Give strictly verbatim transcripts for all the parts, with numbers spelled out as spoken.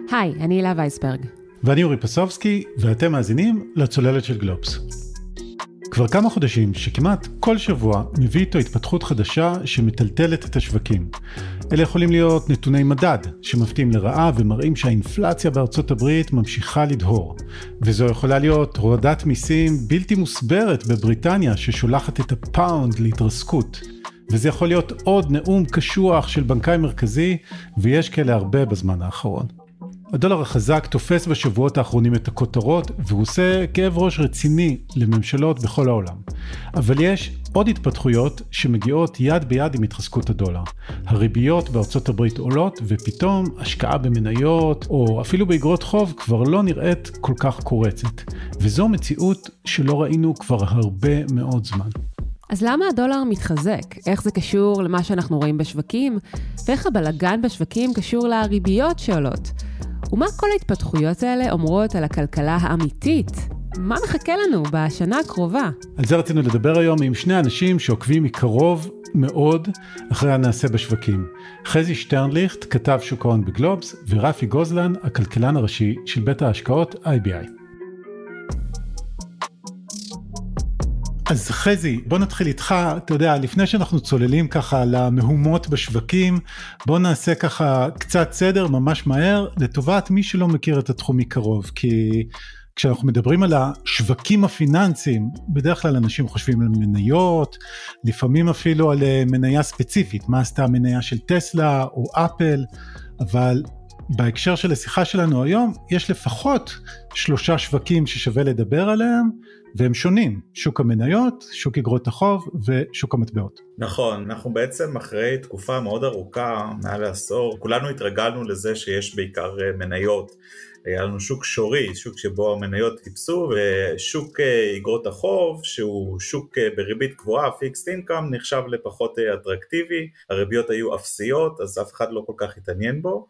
היי, אני הילה וייסברג. ואני אורי פסובסקי, ואתם מאזינים לצוללת של גלובס. כבר כמה חודשים שכמעט כל שבוע מביא איתו התפתחות חדשה שמטלטלת את השווקים. אלה יכולים להיות נתוני מדד שמפתיעים לרעה ומראים שהאינפלציה בארצות הברית ממשיכה לדהור. וזו יכולה להיות הורדת מיסים בלתי מוסברת בבריטניה ששולחת את הפאונד להתרסקות. וזה יכול להיות עוד נאום קשוח של בנקאי מרכזי, ויש כאלה הרבה בזמן האחרון. הדולר החזק תופס בשבועות האחרונים את הכותרות, והוא עושה כאב ראש רציני לממשלות בכל העולם. אבל יש עוד התפתחויות שמגיעות יד ביד עם התחזקות הדולר. הריביות בארצות הברית עולות, ופתאום השקעה במניות, או אפילו באגרות חוב, כבר לא נראית כל כך קורצת. וזו מציאות שלא ראינו כבר הרבה מאוד זמן. אז למה הדולר מתחזק? איך זה קשור למה שאנחנו רואים בשווקים? ואיך הבלגן בשווקים קשור לריביות שעולות? ומה כל ההתפתחויות האלה אומרות על הכלכלה האמיתית? מה מחכה לנו בשנה הקרובה? על זה רצינו לדבר היום עם שני אנשים שעוקבים מקרוב מאוד אחרי הנעשה בשווקים. חזי שטרנליכט, כתב שוק ההון בגלובס, ורפי גוזלן, הכלכלן הראשי של בית ההשקעות איי בי איי. אז חזי, בוא נתחיל איתך, אתה יודע, לפני שאנחנו צוללים ככה למהומות בשווקים, בוא נעשה ככה קצת סדר ממש מהר, לטובת מי שלא מכיר את התחום מקרוב, כי כשאנחנו מדברים על השווקים הפיננסיים, בדרך כלל אנשים חושבים על מניות, לפעמים אפילו על מניה ספציפית, מה עשתה המניה של טסלה או אפל, אבל בהקשר של השיחה שלנו היום, יש לפחות שלושה שווקים ששווה לדבר עליהם, והם שונים, שוק המניות, שוק אגרות החוב ושוק המטבעות. נכון, אנחנו בעצם אחרי תקופה מאוד ארוכה, מעל לעשור, כולנו התרגלנו לזה שיש בעיקר מניות. היה לנו שוק שורי, שוק שבו המניות טיפסו, ושוק אגרות החוב, שהוא שוק בריבית גבוהה, פיקסט אינקאם, נחשב לפחות אטרקטיבי, הריביות היו אפסיות, אז אף אחד לא כל כך התעניין בו.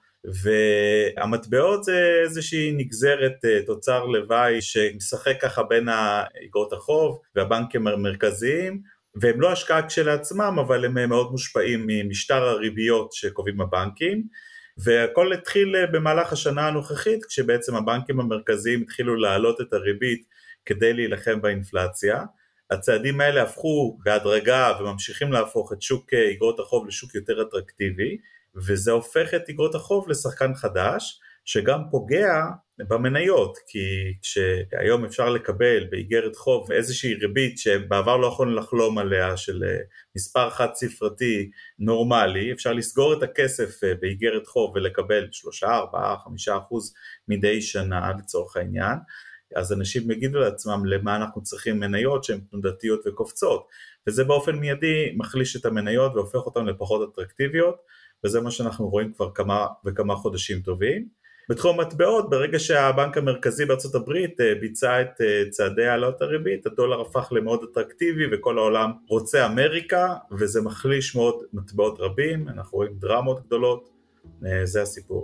והמטבעות זה איזושהי נגזרת תוצר לוואי שמשחק ככה בין אגרות החוב והבנקים המרכזיים, והם לא השקעה כשלעצמם, אבל הם מאוד מושפעים ממשטר הריביות שקובעים הבנקים, והכל התחיל במהלך השנה הנוכחית, כשבעצם הבנקים המרכזיים התחילו להעלות את הריבית כדי להילחם באינפלציה. הצעדים האלה הפכו בהדרגה וממשיכים להפוך את שוק אגרות החוב לשוק יותר אטרקטיבי, וזה הופך את אגרות החוב לשחקן חדש, שגם פוגע במניות, כי כשהיום אפשר לקבל באגרת חוב איזושהי ריבית שבעבר לא יכולנו לחלום עליה, של מספר חד ספרתי נורמלי, אפשר לסגור את הכסף באגרת חוב ולקבל שלושה, ארבעה, חמישה אחוז מדי שנה לצורך העניין, אז אנשים יגידו לעצמם למה אנחנו צריכים מניות שהן תנודתיות וקופצות, וזה באופן מיידי מחליש את המניות והופך אותן לפחות אטרקטיביות, וזה מה שאנחנו רואים כבר כמה וכמה חודשים טובים. בתחום המטבעות, ברגע שהבנק המרכזי בארצות הברית ביצע את צעדי העלאות הריבית, הדולר הפך למאוד אטרקטיבי, וכל העולם רוצה אמריקה, וזה מחליש מאוד מטבעות רבים, אנחנו רואים דרמות גדולות, זה הסיפור.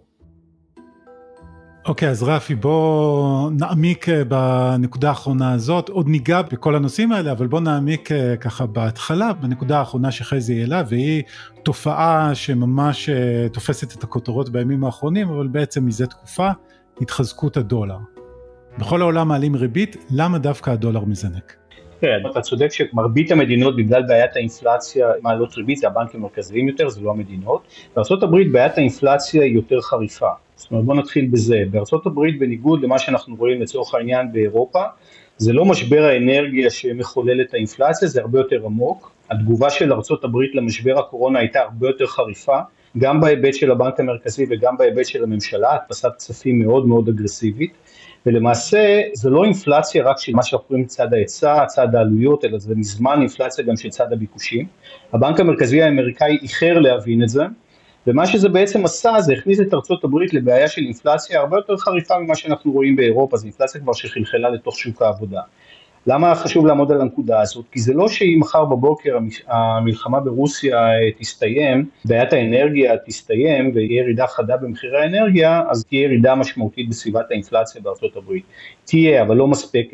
אוקיי, אז רפי, בוא נעמיק בנקודה האחרונה הזאת, עוד ניגע בכל הנושאים האלה, אבל בוא נעמיק ככה בהתחלה, בנקודה האחרונה שחזי העלה, והיא תופעה שממש תופסת את הכותרות בימים האחרונים, אבל בעצם מזה תקופה, התחזקות הדולר. בכל העולם מעלים ריבית, למה דווקא הדולר מזנק? כן, אתה צודק שמרבית המדינות בגלל בעיית האינפלציה מעלות ריבית, זה הבנקים המרכזיים יותר, זה לא המדינות. בארצות הברית בעיית האינפלציה היא יותר חריפה. זאת אומרת, בוא נתחיל בזה. בארצות הברית, בניגוד למה שאנחנו רואים לצורך העניין באירופה, זה לא משבר האנרגיה שמחולל את האינפלציה, זה הרבה יותר עמוק. התגובה של ארצות הברית למשבר הקורונה הייתה הרבה יותר חריפה, גם בהיבט של הבנק המרכזי וגם בהיבט של הממשלה, הדפסת כספים מאוד מאוד אגרסיבית. ולמעשה זה לא אינפלציה רק של מה שאנחנו קוראים צד ההיצע, צד העלויות, אלא זה מזמן אינפלציה גם של צד הביקושים. הבנק המרכזי האמריקאי איחר להבין את זה, ומה שזה בעצם עשה זה הכניס את ארצות הברית לבעיה של אינפלציה הרבה יותר חריפה ממה שאנחנו רואים באירופה, זו אינפלציה כבר שחלחלה לתוך שוק העבודה. למה חשוב לעמוד על הנקודה הזאת? כי זה לא שאם מחר בבוקר המלחמה ברוסיה תסתיים, בעיית האנרגיה תסתיים ויהיה ירידה חדה במחירי האנרגיה, אז תהיה ירידה משמעותית בסביבת האינפלציה בארצות הברית. תהיה, אבל לא מספקת.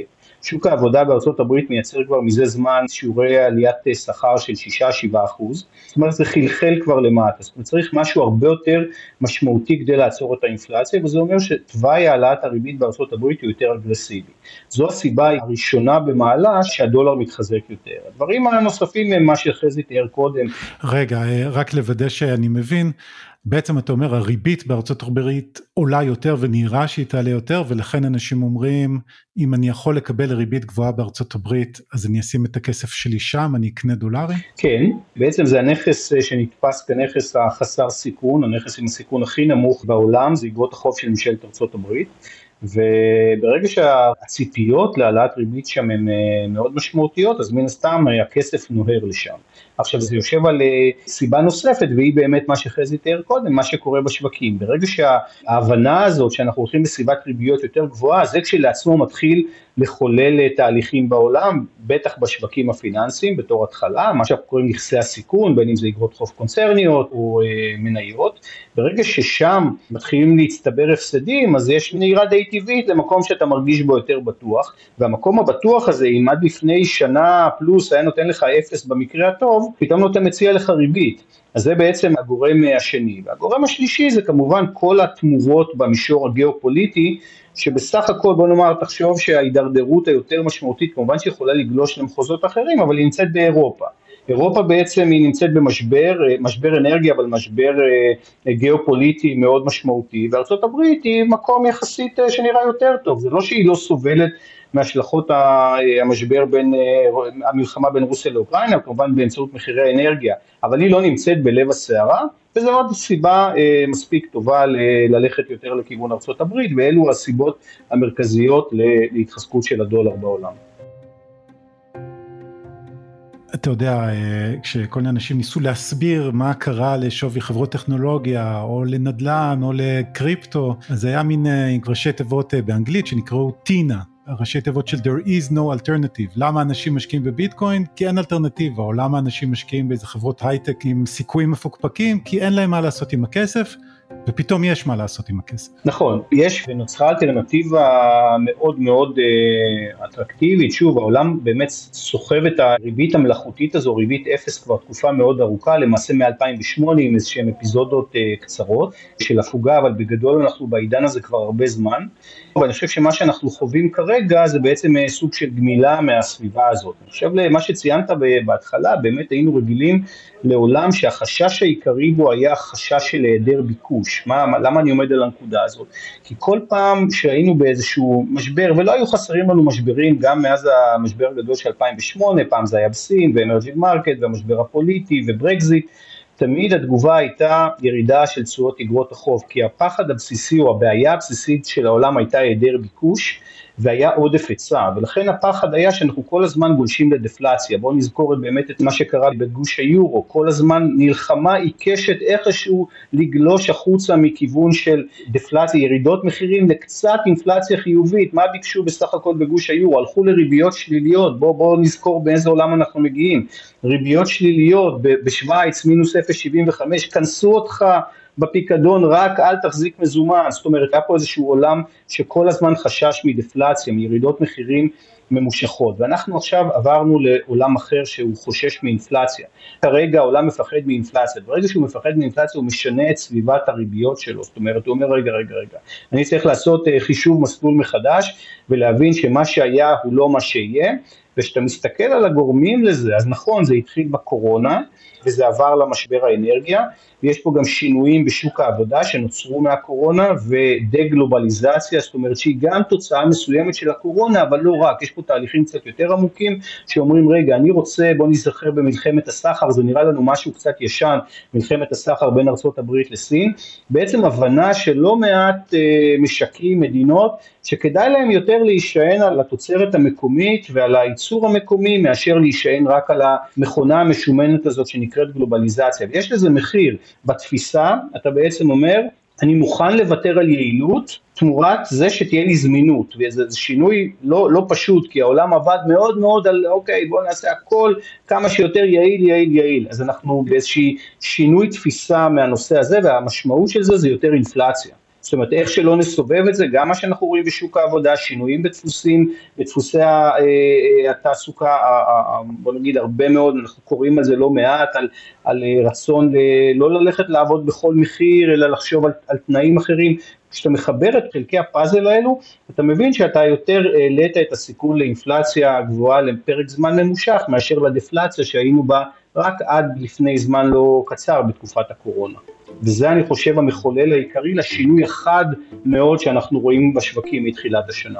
שוק העבודה בארצות הברית מייצר כבר מזה זמן שיעורי עליית שכר של שישה עד שבעה אחוז, זאת אומרת זה חלחל כבר למטה, זאת אומרת צריך משהו הרבה יותר משמעותי כדי לעצור את האינפלציה, וזה אומר שתוואי העלאת הריבית בארצות הברית הוא יותר אגרסיבי. זו הסיבה הראשונה במעלה שהדולר מתחזק יותר. הדברים הנוספים הם מה שחזי תיאר קודם. רגע, רק לוודא שאני מבין, בעצם אתה אומר, הריבית בארצות הברית עולה יותר ונראה שהיא תעלה יותר, ולכן אנשים אומרים, אם אני יכול לקבל ריבית גבוהה בארצות הברית, אז אני אשים את הכסף שלי שם, אני אקנה דולרים? כן, בעצם זה הנכס שנתפס כנכס החסר סיכון, הנכס עם הסיכון הכי נמוך בעולם, זה איגרות החוב של ממשלת ארצות הברית, וברגע שהציפיות להעלאת ריבית שם הן מאוד משמעותיות, אז מן הסתם הכסף נוהר לשם. עכשיו זה יושב על סיבה נוספת, והיא באמת מה שחזי תיאר קודם, מה שקורה בשווקים. ברגע שההבנה הזאת שאנחנו הולכים בסביבת ריביות יותר גבוהה, זה כשלעצמו מתחיל לחולל תהליכים בעולם, בטח בשווקים הפיננסיים, בתור התחלה, מה שאנחנו קוראים נכסי הסיכון, בין אם זה איגרות חוב קונצרניות או מניות. ברגע ששם מתחילים להצטבר הפסדים, אז יש נהירה די טבעית למקום שאתה מרגיש בו יותר בטוח, והמקום הבטוח הזה, אם עד לפני שנה פלוס היה נותן לך אפס במקרה הטוב, פתאום נותן מציע לך ריבית. אז זה בעצם הגורם השני. והגורם השלישי זה כמובן כל התמורות במישור הגיאופוליטי, שבסך הכל בוא נאמר תחשוב שההידרדרות היותר משמעותית, כמובן שיכולה לגלוש למחוזות אחרים, אבל היא נמצאת באירופה. אירופה בעצם היא נמצאת במשבר, משבר אנרגיה, אבל משבר גיאופוליטי מאוד משמעותי, וארצות הברית היא מקום יחסית שנראה יותר טוב, זה לא שהיא לא סובלת מהשלכות המשבר בין, המלחמה בין רוסיה לאוקראינה, כמובן באמצעות מחירי האנרגיה, אבל היא לא נמצאת בלב הסערה, וזו עוד סיבה מספיק טובה ללכת יותר לכיוון ארצות הברית, ואלו הסיבות המרכזיות להתחזקות של הדולר בעולם. אתה יודע, כשכל מיני אנשים ניסו להסביר מה קרה לשווי חברות טכנולוגיה, או לנדל"ן, או לקריפטו, אז זה היה מין ראשי תיבות באנגלית שנקראו טינה, ראשי תיבות של there is no alternative. למה אנשים משקיעים בביטקוין? כי אין אלטרנטיבה, או למה אנשים משקיעים באיזה חברות הייטק עם סיכויים מפוקפקים? כי אין להם מה לעשות עם הכסף, ופתאום יש מה לעשות עם הכסף. נכון, יש ונוצרה אלטרנטיבה מאוד מאוד אה, אטרקטיבית, שוב העולם באמת סוחב את הריבית המלאכותית הזו, ריבית אפס כבר תקופה מאוד ארוכה, למעשה מ-אלפיים ושמונה עם איזשהם אפיזודות אה, קצרות של הפוגה, אבל בגדול אנחנו בעידן הזה כבר הרבה זמן, ואני חושב שמה שאנחנו חווים כרגע זה בעצם אה, סוג של גמילה מהסביבה הזאת. אני חושב למה שציינת בהתחלה, באמת היינו רגילים לעולם שהחשש העיקרי בו היה חשש של היעדר ביקוש. מה, למה אני עומד על הנקודה הזאת? כי כל פעם שהיינו באיזשהו משבר, ולא היו חסרים לנו משברים, גם מאז המשבר הגדול של אלפיים ושמונה, פעם זה היה בסין, ואמרג'ינג מרקט, והמשבר הפוליטי, וברקזיט, תמיד התגובה הייתה ירידה של תשואות איגרות החוב, כי הפחד הבסיסי או הבעיה הבסיסית של העולם הייתה היעדר ביקוש, והיה עודף היצע, ולכן הפחד היה שאנחנו כל הזמן גולשים לדפלציה. בואו נזכור באמת את מה שקרה בגוש היורו, כל הזמן נלחמה עיקשת איכשהו לגלוש החוצה מכיוון של דפלציה, ירידות מחירים לקצת אינפלציה חיובית. מה ביקשו בסך הכל בגוש היורו? הלכו לריביות שליליות. בואו בוא נזכור באיזה עולם אנחנו מגיעים. ריביות שליליות בשוויץ מינוס אפס נקודה שבעים וחמש, כנסו אותך בפיקדון, רק אל תחזיק מזומן. זאת אומרת, היה פה איזשהו עולם שכל הזמן חשש מדפלציה, מירידות מחירים ממושכות, ואנחנו עכשיו עברנו לעולם אחר שהוא חושש מאינפלציה. כרגע העולם מפחד מאינפלציה, ברגע שהוא מפחד מאינפלציה הוא משנה את סביבת הריביות שלו, זאת אומרת, הוא אומר רגע, רגע, רגע, אני צריך לעשות חישוב מסלול מחדש, ולהבין שמה שהיה הוא לא מה שיהיה, ושאתה מסתכל על הגורמים לזה, אז נכון, זה התחיל בקורונה, וזה עבר למשבר האנרגיה, ויש פה גם שינויים בשוק העבודה שנוצרו מהקורונה, ודה-גלובליזציה, זאת אומרת שהיא גם תוצאה מסוימת של הקורונה, אבל לא רק, יש פה תהליכים קצת יותר עמוקים, שאומרים רגע, אני רוצה, בוא נזכר במלחמת הסחר, זה נראה לנו משהו קצת ישן, מלחמת הסחר בין ארצות הברית לסין, בעצם הבנה שלא מעט אה, משקים, מדינות, שכדאי להם יותר להישען על התוצרת המקומית, ועל הייצור המקומי, מאשר להישען רק על המכונה המשומנת הזאת, שנקראת גלובליזציה, ויש לזה מחיר. בתפיסה אתה בעצם אומר, אני מוכן לוותר על יעילות, תמורת זה שתהיה לי זמינות, וזה שינוי לא, לא פשוט, כי העולם עבד מאוד מאוד על, אוקיי, בוא נעשה הכל כמה שיותר יעיל, יעיל, יעיל, אז אנחנו באיזושהי שינוי תפיסה מהנושא הזה, והמשמעות של זה זה יותר אינפלציה. זאת אומרת, איך שלא נסובב את זה, גם מה שאנחנו רואים בשוק העבודה, שינויים בדפוסים, בדפוסי התעסוקה, בוא נגיד הרבה מאוד, אנחנו קוראים על זה לא מעט, על, על רצון לא ללכת לעבוד בכל מחיר, אלא לחשוב על, על תנאים אחרים. כשאתה מחבר את חלקי הפאזל האלו, אתה מבין שאתה יותר העלית את הסיכון לאינפלציה גבוהה לפרק זמן ממושך, מאשר לדפלציה שהיינו בה רק עד לפני זמן לא קצר בתקופת הקורונה. וזה אני חושב המחולל העיקרי לשינוי אחד מאוד שאנחנו רואים בשווקים מתחילת השנה.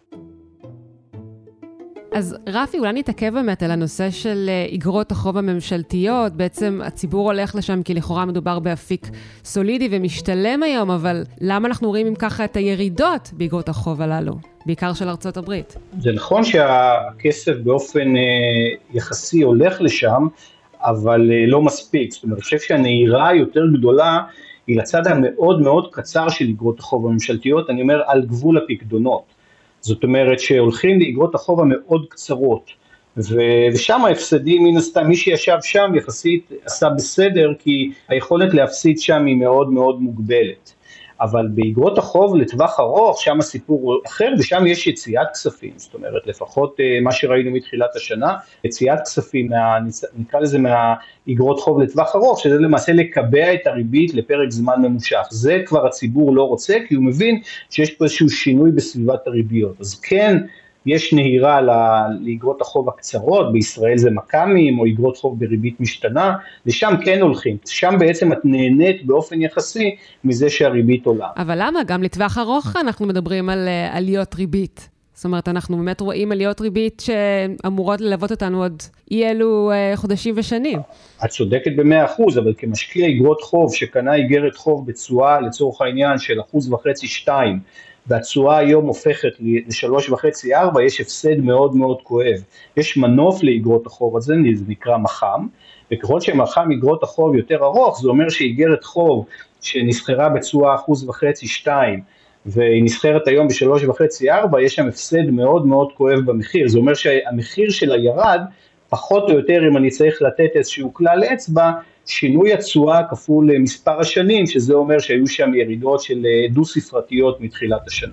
אז רפי, אולי נתעכב באמת על הנושא של אגרות החוב הממשלתיות, בעצם הציבור הולך לשם כי לכאורה מדובר באפיק סולידי ומשתלם היום, אבל למה אנחנו רואים אם ככה את הירידות באגרות החוב הללו, בעיקר של ארצות הברית? זה נכון שהכסף באופן יחסי הולך לשם, אבל לא מספיק. זאת אומרת, אני חושב שהנהירה היותר גדולה היא לצד המאוד מאוד קצר של אגרות החוב הממשלתיות, אני אומר על גבול הפקדונות. זאת אומרת שהולכים לאגרות החוב המאוד קצרות, ושם ההפסדים מן הסתם, מי שישב שם יחסית עשה בסדר, כי היכולת להפסיד שם היא מאוד מאוד מוגבלת. אבל באגרות החוב לטווח ארוך, שם הסיפור אחר, ושם יש יציאת כספים, זאת אומרת, לפחות מה שראינו מתחילת השנה, יציאת כספים, מה, נקרא לזה מהאגרות חוב לטווח ארוך, שזה למעשה לקבע את הריבית לפרק זמן ממושך. זה כבר הציבור לא רוצה, כי הוא מבין שיש פה איזשהו שינוי בסביבת הריביות. אז כן, יש נהירה לאגרות החוב הקצרות, בישראל זה מקמים או אגרות חוב בריבית משתנה, ושם כן הולכים, שם בעצם את נהנית באופן יחסי מזה שהריבית עולה. אבל למה? גם לטווח ארוך אנחנו מדברים על עליות ריבית. זאת אומרת, אנחנו באמת רואים עליות ריבית שאמורות ללוות אותנו עוד אי אלו חודשים ושנים. את צודקת במאה אחוז, אבל כמשקיע אגרות חוב שקנה אגרת חוב בתשואה לצורך העניין של אחוז וחצי שתיים, והתשואה היום הופכת לשלוש וחצי ארבע, יש הפסד מאוד מאוד כואב. יש מנוף לאגרות החוב הזה, זה נקרא מח"מ, וככל שמח"מ אגרות החוב יותר ארוך, זה אומר שאגרת חוב שנסחרה בתשואה אחוז וחצי שתיים, והיא נסחרת היום בשלוש וחצי ארבע, יש שם הפסד מאוד מאוד כואב במחיר. זה אומר שהמחיר שלה ירד, פחות או יותר אם אני צריך לתת איזשהו כלל אצבע, שינוי התשואה כפול מספר השנים, שזה אומר שהיו שם ירידות של דו ספרתיות מתחילת השנה.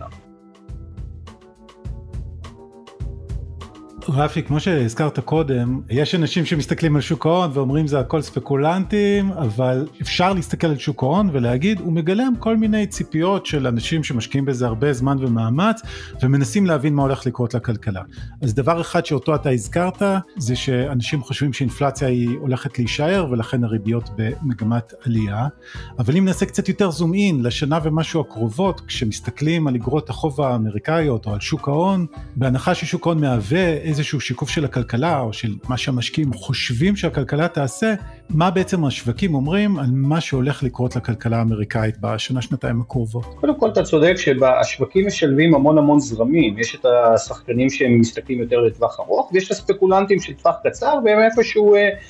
רפי, כמו שהזכרת קודם, יש אנשים שמסתכלים על שוק ההון ואומרים זה הכל ספקולנטים, אבל אפשר להסתכל על שוק ההון ולהגיד, הוא מגלם כל מיני ציפיות של אנשים שמשקיעים בזה הרבה זמן ומאמץ, ומנסים להבין מה הולך לקרות לכלכלה. אז דבר אחד שאותו אתה הזכרת, זה שאנשים חושבים שאינפלציה היא הולכת להישאר, ולכן הריביות במגמת עלייה. אבל אם נעשה קצת יותר זום אין, לשנה ומשהו הקרובות, כשמסתכלים על אגרות החוב האמריקאיות או על שוק ההון, בהנחה ששוק ההון מהווה איזשהו שיקוף של הכלכלה, או של מה שהמשקיעים חושבים שהכלכלה תעשה, מה בעצם השווקים אומרים על מה שהולך לקרות לכלכלה האמריקאית בשנה, שנתיים הקרובות? קודם כל אתה צודק שהשווקים משלבים המון המון זרמים, יש את השחקנים שהם מסתכלים יותר לטווח ארוך, ויש את הספקולנטים של טווח קצר, והם איפשהו,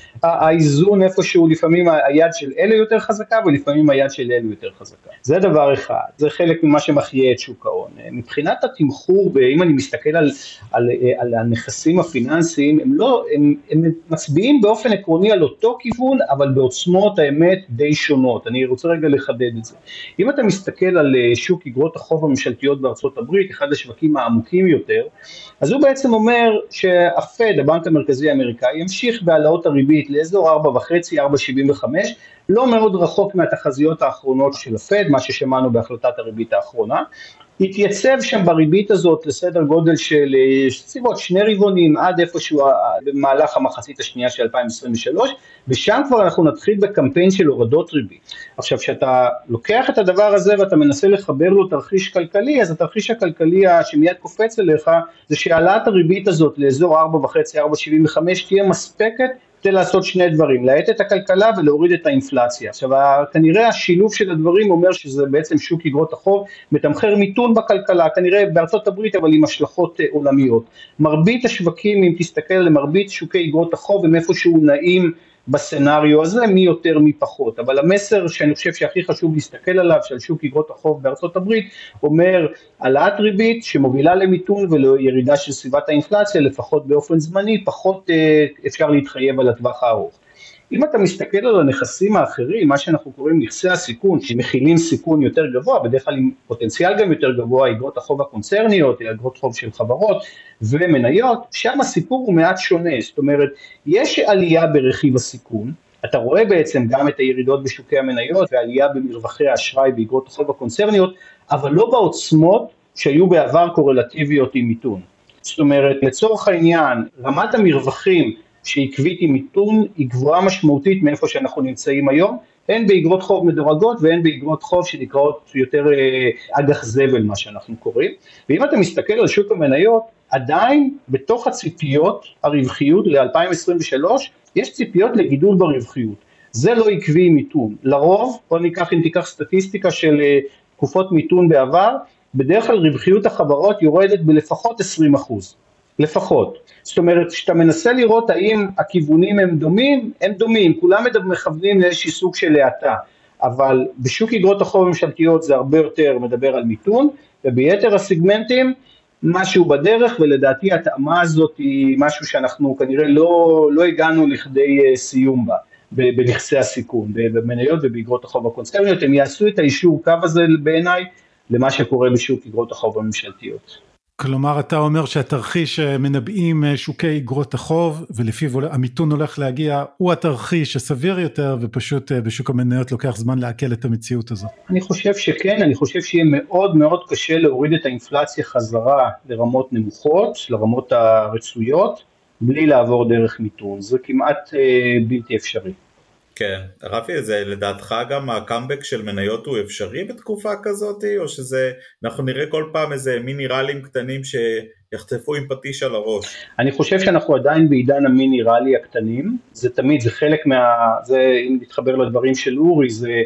האיזון איפשהו, לפעמים היד של אלה יותר חזקה, ולפעמים היד של אלה יותר חזקה. זה דבר אחד, זה חלק ממה שמחיה את שוק ההון. מבחינת התמחור, אם אני מסתכל על, על, על הנכסים הפיננסיים, הם לא, הם, הם מצביעים באופן עקרוני על אותו כיוון, אבל בעוצמות האמת די שונות. אני רוצה רגע לחדד את זה. אם אתה מסתכל על שוק אגרות החוב הממשלתיות בארצות הברית, אחד השווקים העמוקים יותר, אז הוא בעצם אומר שהפד, הבנק המרכזי האמריקאי, ימשיך בהעלאות הריבית לאזור ארבע וחצי, ארבע שבעים וחמש, לא מאוד רחוק מהתחזיות האחרונות של הפד, מה ששמענו בהחלטת הריבית האחרונה, התייצב שם בריבית הזאת לסדר גודל של סביבות שני רבעונים עד איפשהו במהלך המחצית השנייה של אלפיים עשרים ושלוש, ושם כבר אנחנו נתחיל בקמפיין של הורדות ריבית. עכשיו, שאתה לוקח את הדבר הזה ואתה מנסה לחבר לו תרחיש כלכלי, אז התרחיש הכלכלי שמיד קופץ אליך, זה שהעלאת הריבית הזאת לאזור ארבע וחצי, ארבע שבעים וחמש תהיה מספקת, כדי לעשות שני דברים, להאט את הכלכלה ולהוריד את האינפלציה. עכשיו, כנראה השילוב של הדברים אומר שזה בעצם שוק אגרות החוב, מתמחר מיתון בכלכלה, כנראה בארצות הברית, אבל עם השלכות עולמיות. מרבית השווקים, אם תסתכל למרבית שוקי אגרות החוב, הם איפשהו נעים בסנריו הזה, מי יותר מי פחות. אבל המסר שאני חושב שהכי חשוב להסתכל עליו, של שוק אגרות החוב בארצות הברית, אומר העלאת ריבית שמובילה למיתון ולירידה של סביבת האינפלציה, לפחות באופן זמני, פחות אפשר להתחייב על הטווח הארוך. אם אתה מסתכל על הנכסים האחרים, מה שאנחנו קוראים נכסי הסיכון, שמכילים סיכון יותר גבוה, בדרך כלל עם פוטנציאל גם יותר גבוה, אגרות החוב הקונצרניות, אגרות חוב של חברות ומניות, שם הסיפור הוא מעט שונה, זאת אומרת, יש עלייה ברכיב הסיכון, אתה רואה בעצם גם את הירידות בשוקי המניות, ועלייה במרווחי האשראי באגרות החוב הקונצרניות, אבל לא בעוצמות שהיו בעבר קורלטיביות עם מיתון. זאת אומרת, לצורך העניין, רמת המרווחים שעקבית עם מיתון היא גבוהה משמעותית מאיפה שאנחנו נמצאים היום, הן באגרות חוב מדורגות והן באגרות חוב שנקראות יותר אג"ח זבל מה שאנחנו קוראים, ואם אתה מסתכל על שוק המניות, עדיין בתוך הציפיות הרווחיות ל-אלפיים עשרים ושלוש, יש ציפיות לגידול ברווחיות, זה לא עקבי עם מיתון, לרוב, בוא ניקח אם תיקח סטטיסטיקה של תקופות מיתון בעבר, בדרך כלל רווחיות החברות יורדת בלפחות עשרים אחוז, לפחות. זאת אומרת, כשאתה מנסה לראות האם הכיוונים הם דומים, הם דומים, כולם מכוונים לאיזשהו סוג של האטה, אבל בשוק אגרות החוב הממשלתיות זה הרבה יותר מדבר על מיתון, וביתר הסגמנטים משהו בדרך, ולדעתי התאמה הזאת היא משהו שאנחנו כנראה לא, לא הגענו לכדי סיום בה, בנכסי הסיכון, במניות ובאגרות החוב הקונצרניות, הם יעשו את האישור קו הזה בעיניי, למה שקורה בשוק אגרות החוב הממשלתיות. כלומר, אתה אומר שהתרחיש מנבאים שוקי אגרות החוב, ולפיו המיתון הולך להגיע, הוא התרחיש הסביר יותר, ופשוט בשוק המניות לוקח זמן לעכל את המציאות הזו. אני חושב שכן, אני חושב שיהיה מאוד מאוד קשה להוריד את האינפלציה חזרה לרמות נמוכות, לרמות הרצויות, בלי לעבור דרך מיתון. זה כמעט אה, בלתי אפשרי. כן, רפי, זה לדעתך גם הקאמבק של מניות הוא אפשרי בתקופה כזאת, או שזה, אנחנו נראה כל פעם איזה מיני רלים קטנים שיחטפו עם פטיש על הראש? אני חושב שאנחנו עדיין בעידן המיני רלי הקטנים, זה תמיד, זה חלק מה, זה אם נתחבר לדברים של אורי, זה,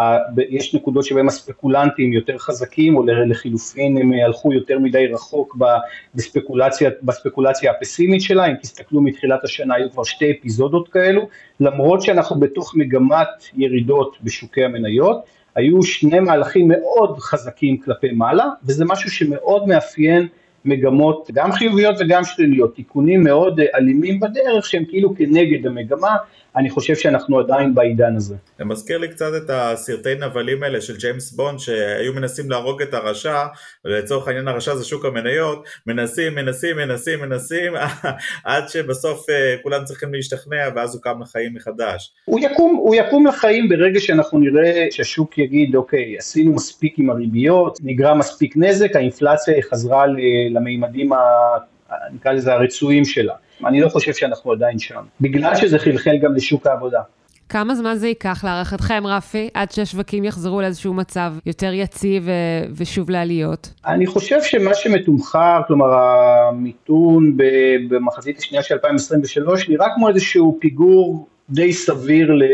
יש נקודות שבהם הספקולנטים יותר חזקים, או לחילופין הם הלכו יותר מדי רחוק בספקולציה, בספקולציה הפסימית שלה, אם תסתכלו מתחילת השנה היו כבר שתי אפיזודות כאלו, למרות שאנחנו בתוך מגמת ירידות בשוקי המניות, היו שני מהלכים מאוד חזקים כלפי מעלה, וזה משהו שמאוד מאפיין מגמות גם חיוביות וגם שליליות, תיקונים מאוד אלימים בדרך שהם כאילו כנגד המגמה, אני חושב שאנחנו עדיין בעידן הזה. זה מזכיר לי קצת את הסרטי נבלים האלה של ג'יימס בונד, שהיו מנסים להרוג את הרשע, ולצורך העניין הרשע זה שוק המניות, מנסים, מנסים, מנסים, מנסים, עד שבסוף כולם צריכים להשתכנע, ואז הוא קם לחיים מחדש. הוא יקום, הוא יקום לחיים ברגע שאנחנו נראה שהשוק יגיד, אוקיי, עשינו מספיק עם הריביות, נגרע מספיק נזק, האינפלציה חזרה לממדים, נקרא לזה הרצויים שלה. אני לא חושב שאנחנו עדיין שם, בגלל שזה חלחל גם לשוק העבודה. כמה זמן זה ייקח להערכתכם, רפי, עד שהשווקים יחזרו לאיזשהו מצב יותר יציב ו- ושוב לעליות? אני חושב שמה שמתומחר, כלומר המיתון במחצית השנייה של אלפיים עשרים ושלוש, נראה כמו איזשהו פיגור די סביר ל...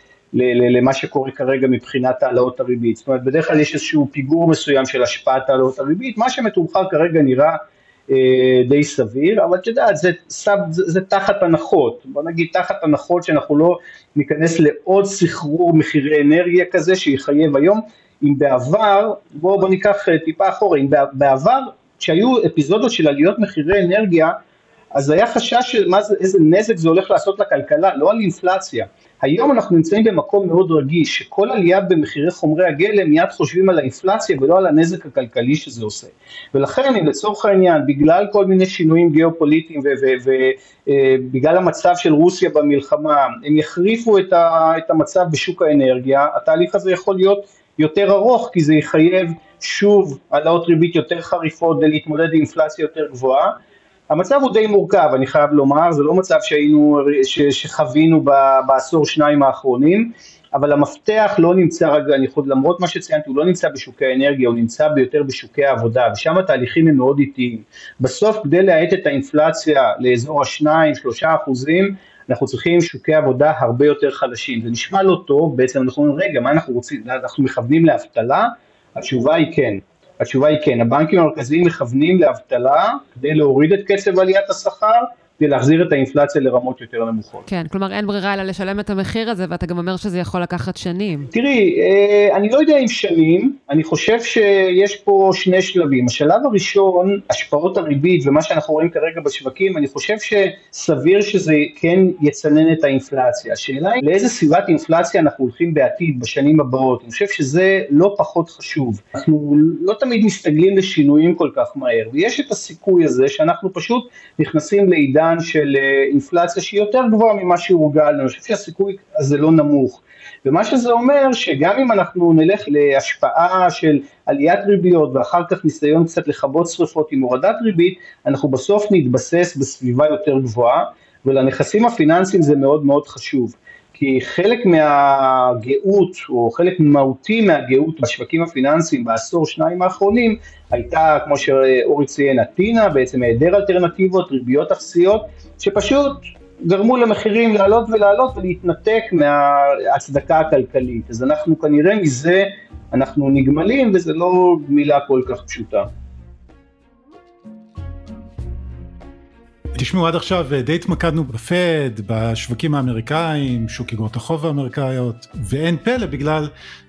למה שקורה כרגע מבחינת העלאות הריבית. זאת אומרת, בדרך כלל יש איזשהו פיגור מסוים של השפעת העלאות הריבית, מה שמתומחר כרגע נראה די סביר, אבל את יודעת, זה, זה, זה תחת הנחות, בוא נגיד תחת הנחות שאנחנו לא ניכנס לעוד סחרור מחירי אנרגיה כזה שיחייב היום, אם בעבר, בוא, בוא ניקח טיפה אחורה, אם בעבר, כשהיו אפיזודות של עליות מחירי אנרגיה, אז היה חשש של מה זה, איזה נזק זה הולך לעשות לכלכלה, לא על אינפלציה. היום אנחנו נמצאים במקום מאוד רגיש, שכל עלייה במחירי חומרי הגלם מיד חושבים על האינפלציה ולא על הנזק הכלכלי שזה עושה. ולכן, אם לצורך העניין, בגלל כל מיני שינויים גיאופוליטיים ובגלל המצב של רוסיה במלחמה, הם יחריפו את, ה, את המצב בשוק האנרגיה, התהליך הזה יכול להיות יותר ארוך, כי זה יחייב שוב העלאות ריבית יותר חריפות, כדי להתמודד עם אינפלציה יותר גבוהה. המצב הוא די מורכב, אני חייב לומר, זה לא מצב שהיינו, ש, שחווינו בעשור שניים האחרונים, אבל המפתח לא נמצא, אני יכול, למרות מה שציינתי, הוא לא נמצא בשוקי האנרגיה, הוא נמצא ביותר בשוקי העבודה, ושם התהליכים הם מאוד איטיים. בסוף, כדי להאט את האינפלציה לאזור השניים, שלושה אחוזים, אנחנו צריכים שוקי עבודה הרבה יותר חלשים. זה נשמע לא טוב, בעצם אנחנו אומרים, רגע, מה אנחנו רוצים, אנחנו מכוונים לאבטלה? התשובה היא כן. התשובה היא כן, הבנקים המרכזיים מכוונים לאבטלה כדי להוריד את קצב עליית השכר, כדי להחזיר את האינפלציה לרמות יותר נמוכות. כן, כלומר אין ברירה אלא לשלם את המחיר הזה, ואתה גם אומר שזה יכול לקחת שנים. תראי, אני לא יודע אם שנים, אני חושב שיש פה שני שלבים. השלב הראשון, השפעות הריבית ומה שאנחנו רואים כרגע בשווקים, אני חושב שסביר שזה כן יצנן את האינפלציה. השאלה היא לאיזה סביבת אינפלציה אנחנו הולכים בעתיד, בשנים הבאות. אני חושב שזה לא פחות חשוב. אנחנו לא תמיד מסתגלים לשינויים כל כך מהר, ויש את הסיכוי הזה שאנחנו פשוט נכנסים לעידן של אינפלציה שהיא יותר גבוהה ממה שהורגלנו. אני חושב שהסיכוי הזה לא נמוך. ומה שזה אומר שגם אם אנחנו נלך להשפעה של עליית ריביות ואחר כך ניסיון קצת לכבות שריפות עם הורדת ריבית, אנחנו בסוף נתבסס בסביבה יותר גבוהה, ולנכסים הפיננסיים זה מאוד מאוד חשוב. כי חלק מהגאות או חלק מהותי מהגאות בשווקים הפיננסיים בעשור שניים האחרונים הייתה, כמו שאורי ציין, הטינה, בעצם היעדר אלטרנטיבות, ריביות אפסיות, שפשוט גרמו למחירים לעלות ולעלות ולהתנתק מההצדקה הכלכלית. אז אנחנו כנראה מזה, אנחנו נגמלים, וזה לא מילה כל כך פשוטה. תשמעו, עד עכשיו די התמקדנו בפד, בשווקים האמריקאים, שוק אגרות החוב האמריקאיות, ואין פלא בגלל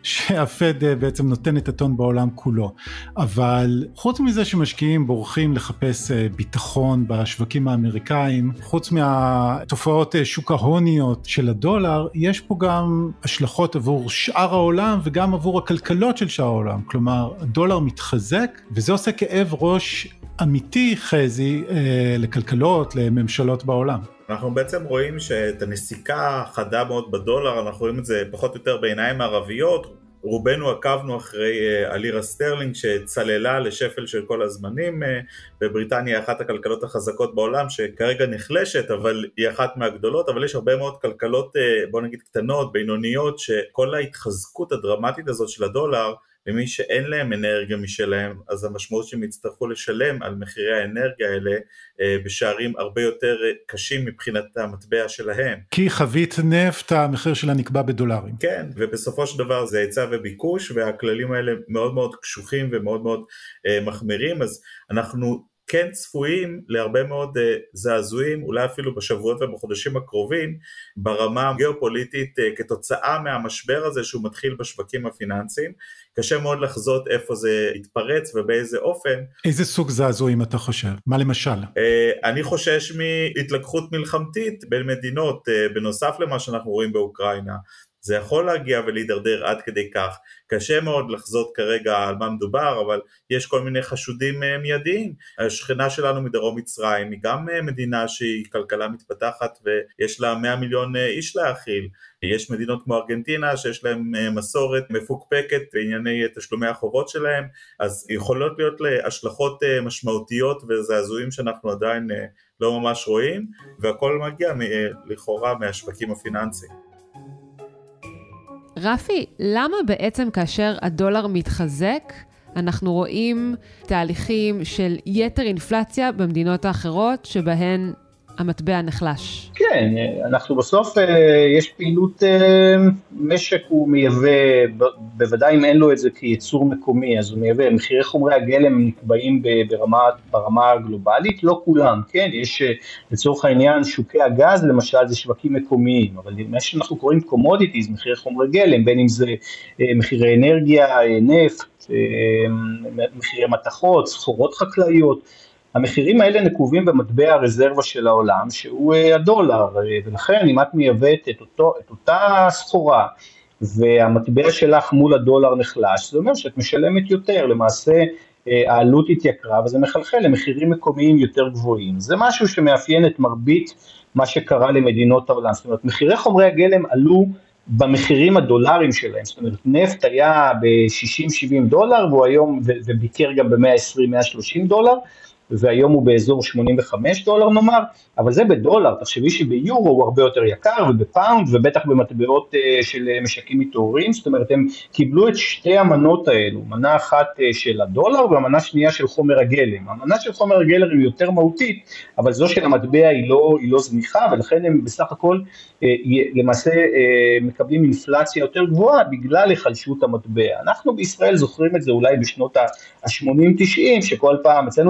שהפד בעצם נותן את הטון בעולם כולו. אבל חוץ מזה שמשקיעים בורחים לחפש ביטחון בשווקים האמריקאים, חוץ מהתופעות שוק ההוניות של הדולר, יש פה גם השלכות עבור שאר העולם וגם עבור הכלכלות של שאר העולם. כלומר, הדולר מתחזק, וזה עושה כאב ראש אמיתי, חזי, לכלכלות, לממשלות בעולם. אנחנו בעצם רואים שאת הנסיקה החדה מאוד בדולר, אנחנו רואים את זה פחות או יותר בעיניים הערביות, רובנו עקבנו אחרי הלירה סטרלינג שצללה לשפל של כל הזמנים, בבריטניה אחת הכלכלות החזקות בעולם שכרגע נחלשת, אבל היא אחת מהגדולות, אבל יש הרבה מאוד כלכלות, בוא נגיד קטנות, בינוניות, שכל ההתחזקות הדרמטית הזאת של הדולר, למי שאין להם אנרגיה משלהם, אז המשמעות שהם יצטרכו לשלם על מחירי האנרגיה האלה בשערים הרבה יותר קשים מבחינת המטבע שלהם. כי חבית נפט, המחיר שלה נקבע בדולרים. כן, ובסופו של דבר זה היצע וביקוש, והכללים האלה מאוד מאוד קשוחים ומאוד מאוד מחמירים, אז אנחנו כן צפויים להרבה מאוד זעזועים, אולי אפילו בשבועות ובחודשים הקרובים, ברמה הגיאופוליטית כתוצאה מהמשבר הזה שהוא מתחיל בשווקים הפיננסיים, קשה מאוד לחזות איפה זה יתפרץ ובאיזה אופן. איזה סוג זעזועים אתה חושב? מה למשל? אני חושש מהתלקחות מלחמתית בין מדינות, בנוסף למה שאנחנו רואים באוקראינה, זה יכול להגיע ולהידרדר עד כדי כך, קשה מאוד לחזות כרגע על מה מדובר, אבל יש כל מיני חשודים מיידיים. השכנה שלנו מדרום מצרים היא גם מדינה שהיא כלכלה מתפתחת ויש לה מאה מיליון איש להאכיל, יש מדינות כמו ארגנטינה שיש להם מסורת מפוקפקת בענייני תשלומי החובות שלהם, אז יכולות להיות להשלכות משמעותיות וזעזועים שאנחנו עדיין לא ממש רואים, והכל מגיע לכאורה מהשווקים הפיננסיים. רפי, למה בעצם כאשר הדולר מתחזק, אנחנו רואים תהליכים של יתר אינפלציה במדינות האחרות שבהן המטבע נחלש? כן, אנחנו בסוף, יש פעילות, משק הוא מייבא, בוודאי אם אין לו את זה כייצור מקומי, אז הוא מייבא, מחירי חומרי הגלם נקבעים ברמה, ברמה הגלובלית, לא כולם, כן, יש לצורך העניין שוקי הגז, למשל זה שווקים מקומיים, אבל מה שאנחנו קוראים קומודיטיז, מחירי חומרי גלם, בין אם זה מחירי אנרגיה, נפט, מחירי מתכות, סחורות חקלאיות, המחירים האלה נקובים במטבע הרזרבה של העולם, שהוא הדולר, ולכן אם את מייבאת את, אותו, את אותה סחורה, והמטבע שלך מול הדולר נחלש, זה אומר שאת משלמת יותר, למעשה העלות התייקרה, וזה מחלחל למחירים מקומיים יותר גבוהים. זה משהו שמאפיין את מרבית מה שקרה למדינות העולם, זאת אומרת, מחירי חומרי הגלם עלו במחירים הדולרים שלהם, זאת אומרת, נפט היה ב-שישים שבעים דולר, והוא היום, וביקר גם ב-מאה עשרים מאה שלושים דולר, והיום הוא באזור שמונים וחמישה דולר נאמר, אבל זה בדולר, תחשבי שביורו הוא הרבה יותר יקר, ובפאונד, ובטח במטבעות של משקים מתעוררים, זאת אומרת, הם קיבלו את שתי המנות האלו, מנה אחת של הדולר, והמנה שנייה של חומר הגלם. המנה של חומר הגלם היא יותר מהותית, אבל זו של המטבע היא לא, היא לא זניחה, ולכן הם בסך הכל למעשה מקבלים אינפלציה יותר גבוהה, בגלל החלשות המטבע. אנחנו בישראל זוכרים את זה אולי בשנות ה-שמונים תשעים, שכל פעם, אצלנו זה היה אפילו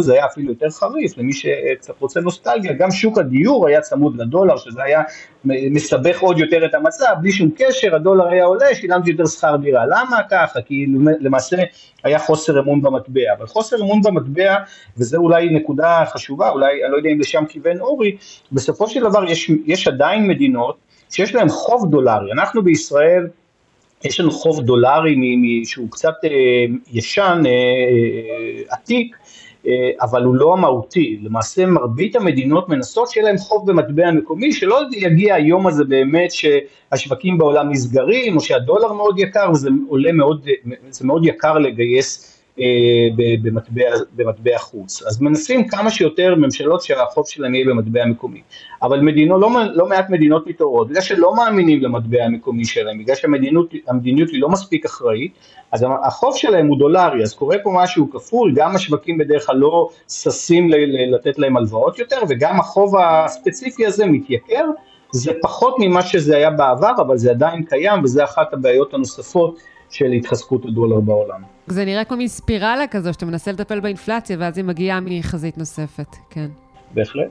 יותר חריף, למי שקצת רוצה נוסטלגיה, גם שוק הדיור היה צמוד לדולר, שזה היה מסבך עוד יותר את המצב, בלי שום קשר, הדולר היה עולה, שילמתי יותר שכר דירה. למה ככה? כי למעשה היה חוסר אמון במטבע, אבל חוסר אמון במטבע, וזה אולי נקודה חשובה, אולי, אני לא יודע אם לשם כיוון אורי, בסופו של דבר יש, יש עדיין מדינות שיש להם חוב דולרי. אנחנו בישראל, יש לנו חוב דולרי שהוא קצת אה, ישן, אה, אה, עתיק, אה, אבל הוא לא המהותי. למעשה מרבית המדינות מנסות שיהיה להם חוב במטבע המקומי, שלא יגיע היום הזה באמת שהשווקים בעולם נסגרים, או שהדולר מאוד יקר, וזה עולה מאוד, זה מאוד יקר לגייס במטבע, במטבע חוץ. אז מנסים כמה שיותר ממשלות שהחוב שלהם יהיה במטבע המקומי. אבל מדינות, לא, לא מעט מדינות מתעוררות, בגלל שלא מאמינים למטבע המקומי שלהם, בגלל שהמדיניות היא לא מספיק אחראית, אז החוב שלהם הוא דולרי, אז קורה פה משהו כפול, גם השווקים בדרך כלל לא ששים לתת להם הלוואות יותר, וגם החוב הספציפי הזה מתייקר, זה פחות ממה שזה היה בעבר, אבל זה עדיין קיים, וזה אחת הבעיות הנוספות של התחזקות הדולר בעולם. זה נראה כמו מספירלה כזו, שאתה מנסה לטפל באינפלציה, ואז היא מגיעה מחזית נוספת, כן. בהחלט.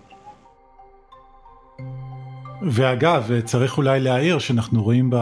ואגב, צריך אולי להעיר שאנחנו רואים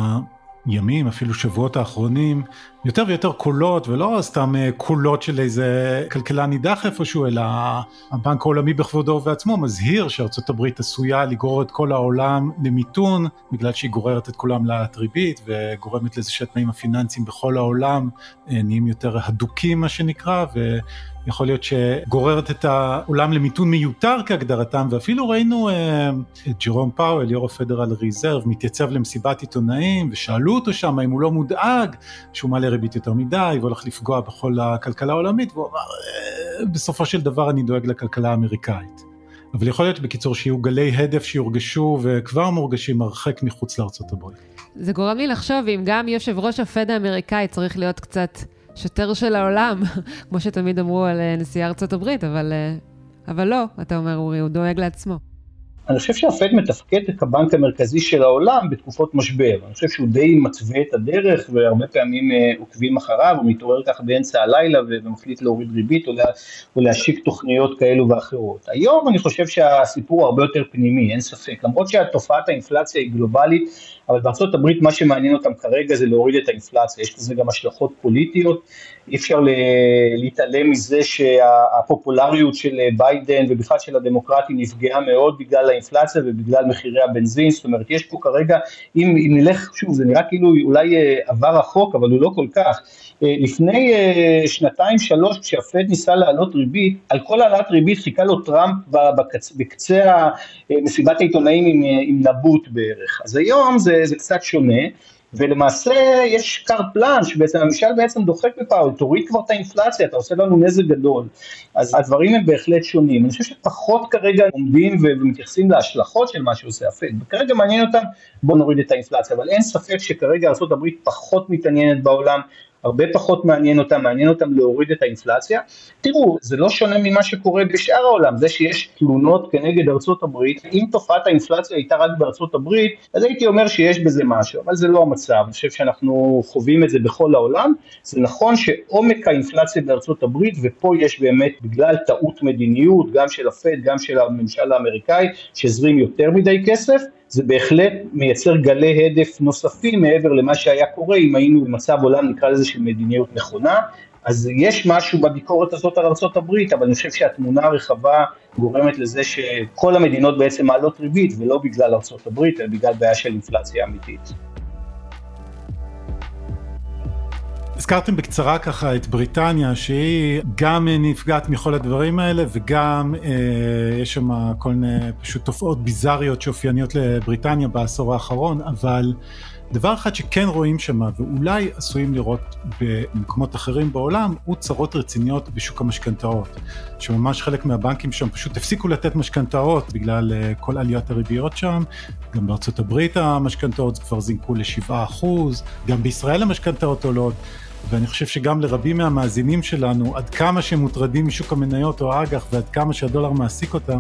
בימים, אפילו שבועות האחרונים, יותר ויותר קולות, ולא סתם קולות של איזה כלכלה נידח איפשהו, אלא הבנק העולמי בכבודו ובעצמו מזהיר שארצות הברית עשויה לגרור את כל העולם למיתון, בגלל שהיא גוררת את כולם להעלאת ריבית, וגורמת לזה שהתנאים הפיננסיים בכל העולם נהיים יותר הדוקים, מה שנקרא, ויכול להיות שגוררת את העולם למיתון מיותר כהגדרתם, ואפילו ראינו את ג'רום פאוול, יו"ר הפדרל ריזרב, מתייצב למסיבת עיתונאים, ושאלו אותו שם אם הוא לא מודאג, שהוא מעלה ריבית יותר מדי, והולך לפגוע בכל הכלכלה העולמית, והוא אמר, בסופו של דבר אני דואג לכלכלה האמריקאית. אבל יכול להיות בקיצור שיהיו גלי הדף שיורגשו, וכבר מורגשים הרחק מחוץ לארצות הברית. זה גורם לי לחשוב, אם גם יושב ראש הפד האמריקאי צריך להיות קצת שוטר של העולם, כמו שתמיד אמרו על נשיא ארצות הברית, אבל, אבל לא, אתה אומר, אורי, הוא דואג לעצמו. אני חושב שהפד מתפקד כבנק המרכזי של העולם בתקופות משבר. אני חושב שהוא די מתווה את הדרך, והרבה פעמים עוקבים אחריו, הוא מתעורר כך באמצע הלילה, ומחליט להוריד ריבית, או, לה, או להשיק תוכניות כאלו ואחרות. היום אני חושב שהסיפור הרבה יותר פנימי, אין ספק. למרות שהתופעת האינפלציה היא גלובלית, אבל בארצות הברית מה שמעניין אותם כרגע זה להוריד את האינפלציה. יש לזה גם השלכות פוליטיות. אי אפשר להתעלם מזה שהפופולריות של ביידן ובכלל של הדמוקרטים נפגעה מאוד בגלל האינפלציה ובגלל מחירי הבנזין. זאת אומרת, יש פה כרגע, אם, אם נלך, שוב, זה נראה כאילו אולי עבר רחוק, אבל הוא לא כל כך. לפני שנתיים, שלוש, כשהפד ניסה להעלות ריבית, על כל העלאת ריבית חיכה לו טראמפ בקצה, בקצה מסיבת העיתונאים עם, עם נבוט בערך. אז היום זה, זה קצת שונה, ולמעשה יש קארט בלאנש, בעצם הממשל בעצם דוחק בפאוול, תוריד כבר את האינפלציה, אתה עושה לנו נזק גדול. אז הדברים הם בהחלט שונים. אני חושב שפחות כרגע עומדים ומתייחסים להשלכות של מה שעושה הפד. כרגע מעניין אותם, בוא נוריד את האינפלציה, אבל אין ספק שכרגע ארצות הברית פחות מתעניינת בעולם, הרבה פחות מעניין אותם, מעניין אותם להוריד את האינפלציה. תראו, זה לא שונה ממה שקורה בשאר העולם, זה שיש תלונות כנגד ארצות הברית, אם תופעת האינפלציה הייתה רק בארצות הברית, אז הייתי אומר שיש בזה משהו, אבל זה לא המצב, אני חושב שאנחנו חווים את זה בכל העולם, זה נכון שעומק האינפלציה בארצות הברית, ופה יש באמת בגלל טעות מדיניות, גם של הפד, גם של הממשל האמריקאי, שזרים יותר מדי כסף, זה בהחלט מייצר גלי הדף נוספים מעבר למה שהיה קורה אם היינו במצב עולם נקרא לזה של מדיניות נכונה. אז יש משהו בביקורת הזאת על ארצות הברית, אבל אני חושב שהתמונה הרחבה גורמת לזה שכל המדינות בעצם מעלות ריבית, ולא בגלל ארצות הברית, אלא בגלל בעיה של אינפלציה אמיתית. הזכרתם בקצרה ככה את בריטניה, שהיא גם נפגעת מכל הדברים האלה, וגם אה, יש שם כל מיני פשוט תופעות ביזריות שאופייניות לבריטניה בעשור האחרון, אבל דבר אחד שכן רואים שם, ואולי עשויים לראות במקומות אחרים בעולם, הוא צרות רציניות בשוק המשכנתאות, שממש חלק מהבנקים שם פשוט הפסיקו לתת משכנתאות, בגלל כל עליית הריביות שם, גם בארצות הברית המשכנתאות כבר זינקו ל-שבעה אחוז, גם בישראל המשכנתאות עולות, ואני חושב שגם לרבים מהמאזינים שלנו, עד כמה שהם מוטרדים משוק המניות או האג"ח, ועד כמה שהדולר מעסיק אותם,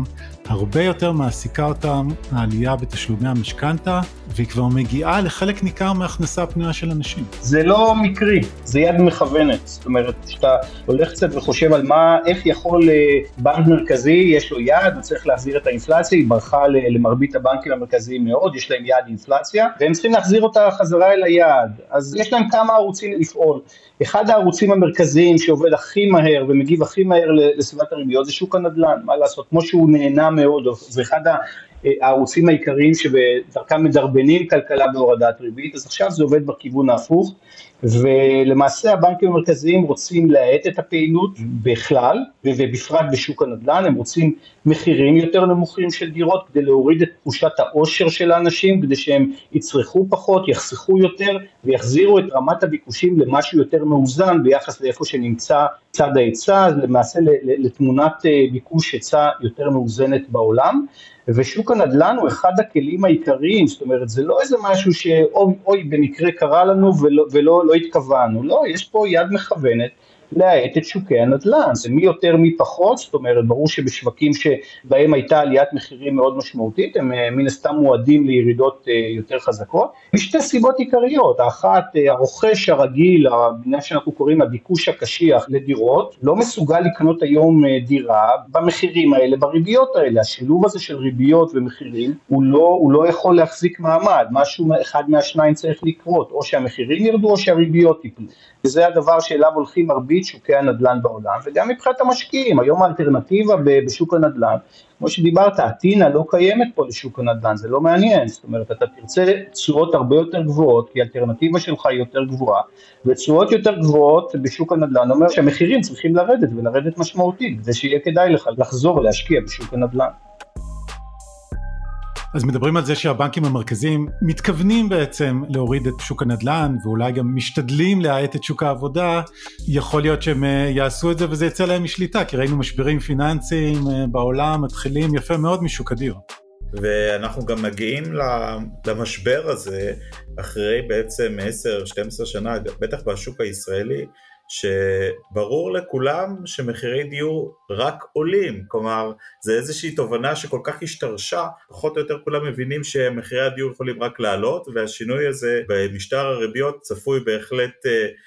הרבה יותר מעסיקה אותם העלייה בתשלומי המשכנתה, והיא כבר מגיעה לחלק ניכר מההכנסה הפנויה של אנשים. זה לא מקרי, זה יד מכוונת. זאת אומרת, שאתה הולך קצת וחושב על מה, איך יכול בנק מרכזי, יש לו יעד, הוא צריך להחזיר את האינפלציה, היא ברכה למרבית הבנקים המרכזיים מאוד, יש להם יעד אינפלציה, והם צריכים להחזיר אותה חזרה אל היעד. אז יש להם כמה ערוצים לפעול. אחד הערוצים המרכזיים שעובד הכי מהר ומגיב הכי מהר לסביבת הריביות זה שוק הנדל"ן, מה לעשות, כמו שהוא נהנה מאוד, זה אחד הערוצים העיקריים שבדרכם מדרבנים כלכלה בהורדת ריבית, אז עכשיו זה עובד בכיוון ההפוך, ולמעשה הבנקים המרכזיים רוצים להאט את הפעילות בכלל, ובפרט בשוק הנדל"ן, הם רוצים מחירים יותר נמוכים של דירות, כדי להוריד את תחושת העושר של האנשים, כדי שהם יצרכו פחות, יחסכו יותר, ויחזירו את רמת הביקושים למשהו יותר מאוזן, ביחס לאיפה שנמצא צד ההיצע, למעשה לתמונת ביקוש היצע יותר מאוזנת בעולם, ושוק הנדל"ן הוא אחד הכלים העיקריים, זאת אומרת, זה לא איזה משהו שאוי אוי, במקרה קרה לנו ולא, ולא לא התכוונו, לא, יש פה יד מכוונת להאט את שוקי הנדל"ן, זה מי יותר מי פחות, זאת אומרת, ברור שבשווקים שבהם הייתה עליית מחירים מאוד משמעותית, הם מן הסתם מועדים לירידות יותר חזקות, משתי סיבות עיקריות, האחת, הרוכש הרגיל, מה שאנחנו קוראים הביקוש הקשיח לדירות, לא מסוגל לקנות היום דירה במחירים האלה, בריביות האלה, השילוב הזה של ריביות ומחירים, הוא לא, הוא לא יכול להחזיק מעמד, משהו אחד מהשניים צריך לקרות, או שהמחירים ירדו או שהריביות ייפלו, וזה הדבר שאליו הולכים מרבית שוקי הנדל"ן בעולם, וגם מבחינת המשקיעים, היום האלטרנטיבה בשוק הנדל"ן, כמו שדיברת, הטינה לא קיימת פה לשוק הנדל"ן, זה לא מעניין, זאת אומרת, אתה תרצה תשואות הרבה יותר גבוהות, כי האלטרנטיבה שלך היא יותר גבוהה, ותשואות יותר גבוהות בשוק הנדל"ן, אומר שהמחירים צריכים לרדת, ולרדת משמעותית, זה שיהיה כדאי לך לחזור להשקיע בשוק הנדל"ן. אז מדברים על זה שהבנקים המרכזיים מתכוונים בעצם להוריד את שוק הנדל"ן, ואולי גם משתדלים להאט את שוק העבודה, יכול להיות שהם יעשו את זה וזה יצא להם משליטה, כי ראינו משברים פיננסיים בעולם, מתחילים יפה מאוד משוק אדיר. ואנחנו גם מגיעים למשבר הזה, אחרי בעצם עשר שתים עשרה שנה, בטח בשוק הישראלי, שברור לכולם שמחירי דיור רק עולים, כלומר זה איזושהי תובנה שכל כך השתרשה, פחות או יותר כולם מבינים שמחירי הדיור יכולים רק לעלות, והשינוי הזה במשטר הריביות צפוי בהחלט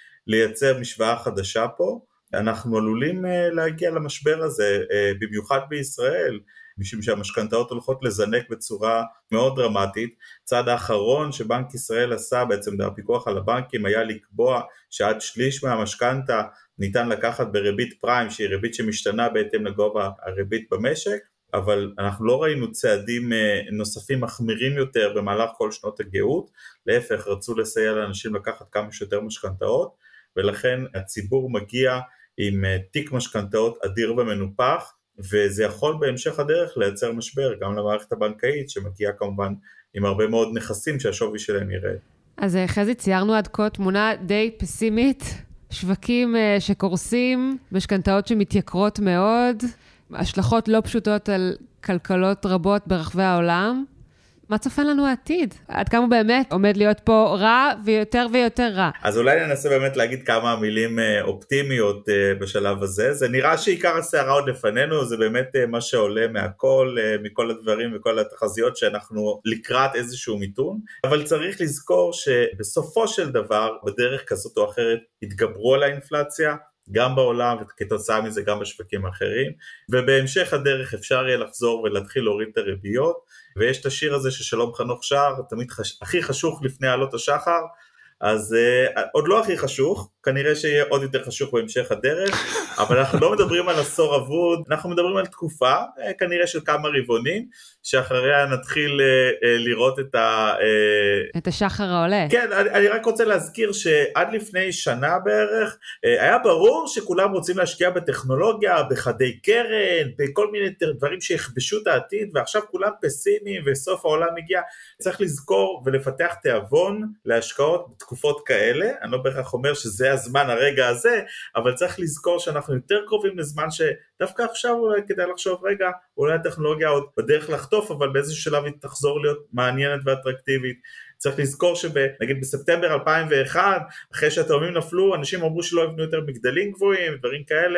לייצר משוואה חדשה פה. אנחנו עלולים להגיע למשבר הזה, במיוחד בישראל, משום שהמשכנתאות הולכות לזנק בצורה מאוד דרמטית. צעד האחרון שבנק ישראל עשה בעצם בפיקוח על הבנקים היה לקבוע שעד שליש מהמשכנתה ניתן לקחת בריבית פריים, שהיא ריבית שמשתנה בהתאם לגובה הריבית במשק, אבל אנחנו לא ראינו צעדים נוספים מחמירים יותר במהלך כל שנות הגאות, להפך רצו לסייע לאנשים לקחת כמה שיותר משכנתאות, ולכן הציבור מגיע עם תיק משכנתאות אדיר ומנופח, וזה יכול בהמשך הדרך לייצר משבר גם למערכת הבנקאית, שמגיעה כמובן עם הרבה מאוד נכסים שהשווי שלהם ירד. אז חזי, ציירנו עד כה תמונה די פסימית, שווקים שקורסים, משכנתאות שמתייקרות מאוד, השלכות לא פשוטות על כלכלות רבות ברחבי העולם. מה צופן לנו העתיד? עד כמה באמת עומד להיות פה רע ויותר ויותר רע? אז אולי ננסה באמת להגיד כמה מילים אופטימיות בשלב הזה. זה נראה שעיקר הסערה עוד לפנינו, זה באמת מה שעולה מהכל, מכל הדברים וכל התחזיות שאנחנו לקראת איזשהו מיתון, אבל צריך לזכור שבסופו של דבר, בדרך כזאת או אחרת, התגברו על האינפלציה, גם בעולם וכתוצאה מזה גם בשווקים אחרים, ובהמשך הדרך אפשר יהיה לחזור ולהתחיל להוריד את הריביות, ויש את השיר הזה ששלום חנוך שר, תמיד חש... הכי חשוך לפני עלות השחר, אז uh, עוד לא הכי חשוך, כנראה שיהיה עוד יותר חשוך בהמשך הדרך, אבל אנחנו לא מדברים על עשור אבוד, אנחנו מדברים על תקופה, uh, כנראה של כמה רבעונים, שאחריה נתחיל uh, uh, לראות את ה... Uh... את השחר העולה. כן, אני, אני רק רוצה להזכיר שעד לפני שנה בערך, uh, היה ברור שכולם רוצים להשקיע בטכנולוגיה, בחדי קרן, בכל מיני דברים שיכבשו את העתיד, ועכשיו כולם פסימיים וסוף העולם מגיע, צריך לזכור ולפתח תיאבון להשקעות בתקופות כאלה, אני לא בהכרח אומר שזה הזמן הרגע הזה, אבל צריך לזכור שאנחנו יותר קרובים לזמן שדווקא עכשיו אולי כדאי לחשוב רגע, אולי הטכנולוגיה עוד בדרך לחטוף, אבל באיזשהו שלב היא תחזור להיות מעניינת ואטרקטיבית. צריך לזכור שנגיד בספטמבר אלפיים ואחת, אחרי שהתאומים נפלו, אנשים אמרו שלא יבנו יותר מגדלים גבוהים, דברים כאלה,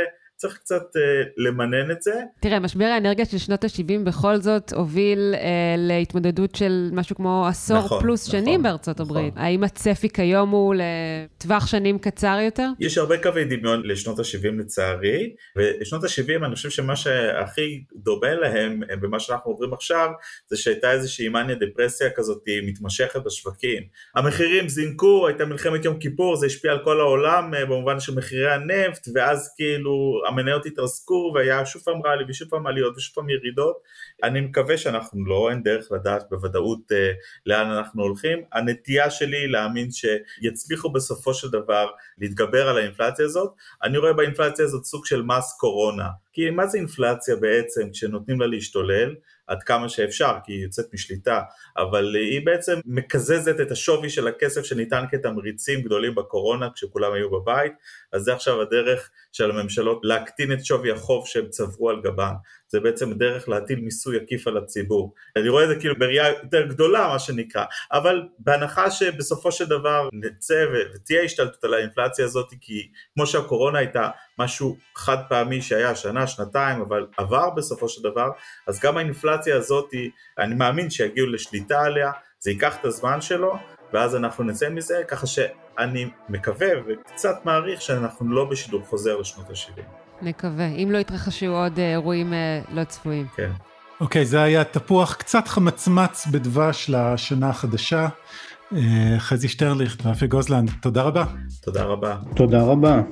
צריך קצת אה, למנן את זה. תראה, משבר האנרגיה של שנות ה-שבעים בכל זאת הוביל אה, להתמודדות של משהו כמו עשור נכון, פלוס נכון, שנים בארצות הברית. נכון. האם הצפי כיום הוא לטווח שנים קצר יותר? יש הרבה קווי דמיון לשנות ה-שבעים לצערי, ושנות ה-שבעים אני חושב שמה שהכי דומה להם במה שאנחנו עוברים עכשיו, זה שהייתה איזושהי מניה דפרסיה כזאת מתמשכת בשווקים. המחירים זינקו, הייתה מלחמת יום כיפור, זה השפיע על כל העולם במובן של מחירי הנפט, ואז כאילו המניות התרסקו, והיה שוב פעם רעלי ושוב פעם עליות ושוב פעם ירידות. אני מקווה שאנחנו לא, אין דרך לדעת בוודאות אה, לאן אנחנו הולכים. הנטייה שלי להאמין שיצליחו בסופו של דבר להתגבר על האינפלציה הזאת. אני רואה באינפלציה הזאת סוג של מס קורונה. כי מה זה אינפלציה בעצם כשנותנים לה להשתולל? עד כמה שאפשר, כי היא יוצאת משליטה, אבל היא בעצם מקזזת את השווי של הכסף שניתן כתמריצים גדולים בקורונה, כשכולם היו בבית, אז זה עכשיו הדרך של הממשלות להקטין את שווי החוב שהם צברו על גבן, זה בעצם דרך להטיל מיסוי עקיף על הציבור. אני רואה את זה כאילו בראייה יותר גדולה, מה שנקרא, אבל בהנחה שבסופו של דבר נצא ותהיה השתלטות על האינפלציה הזאת, כי כמו שהקורונה הייתה משהו חד פעמי שהיה שנה, שנתיים, אבל עבר בסופו של דבר, אז גם האינפלציה הזאת, אני מאמין שיגיעו לשליטה עליה, זה ייקח את הזמן שלו, ואז אנחנו נצא מזה, ככה שאני מקווה וקצת מעריך שאנחנו לא בשידור חוזר לשנות ה-שבעים. נקווה, אם לא יתרחשו עוד אירועים לא צפויים. כן. אוקיי, זה היה תפוח קצת חמצמץ בדבש לשנה החדשה. חזי שטרליך ואפי גוזלן, תודה רבה. תודה רבה. תודה רבה.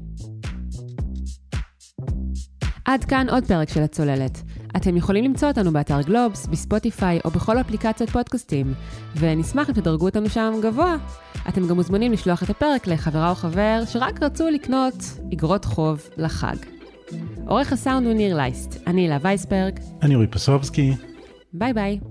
עד כאן עוד פרק של הצוללת. אתם יכולים למצוא אותנו באתר גלובס, בספוטיפיי או בכל אפליקציות פודקאסטים, ונשמח אם תדרגו אותנו שם גבוה. אתם גם מוזמנים לשלוח את הפרק לחברה או חבר שרק רצו לקנות אגרות חוב לחג. עורך הסאונד הוא ניר לייסט, אני אלה וייסברג. אני אורי פסובסקי. ביי ביי.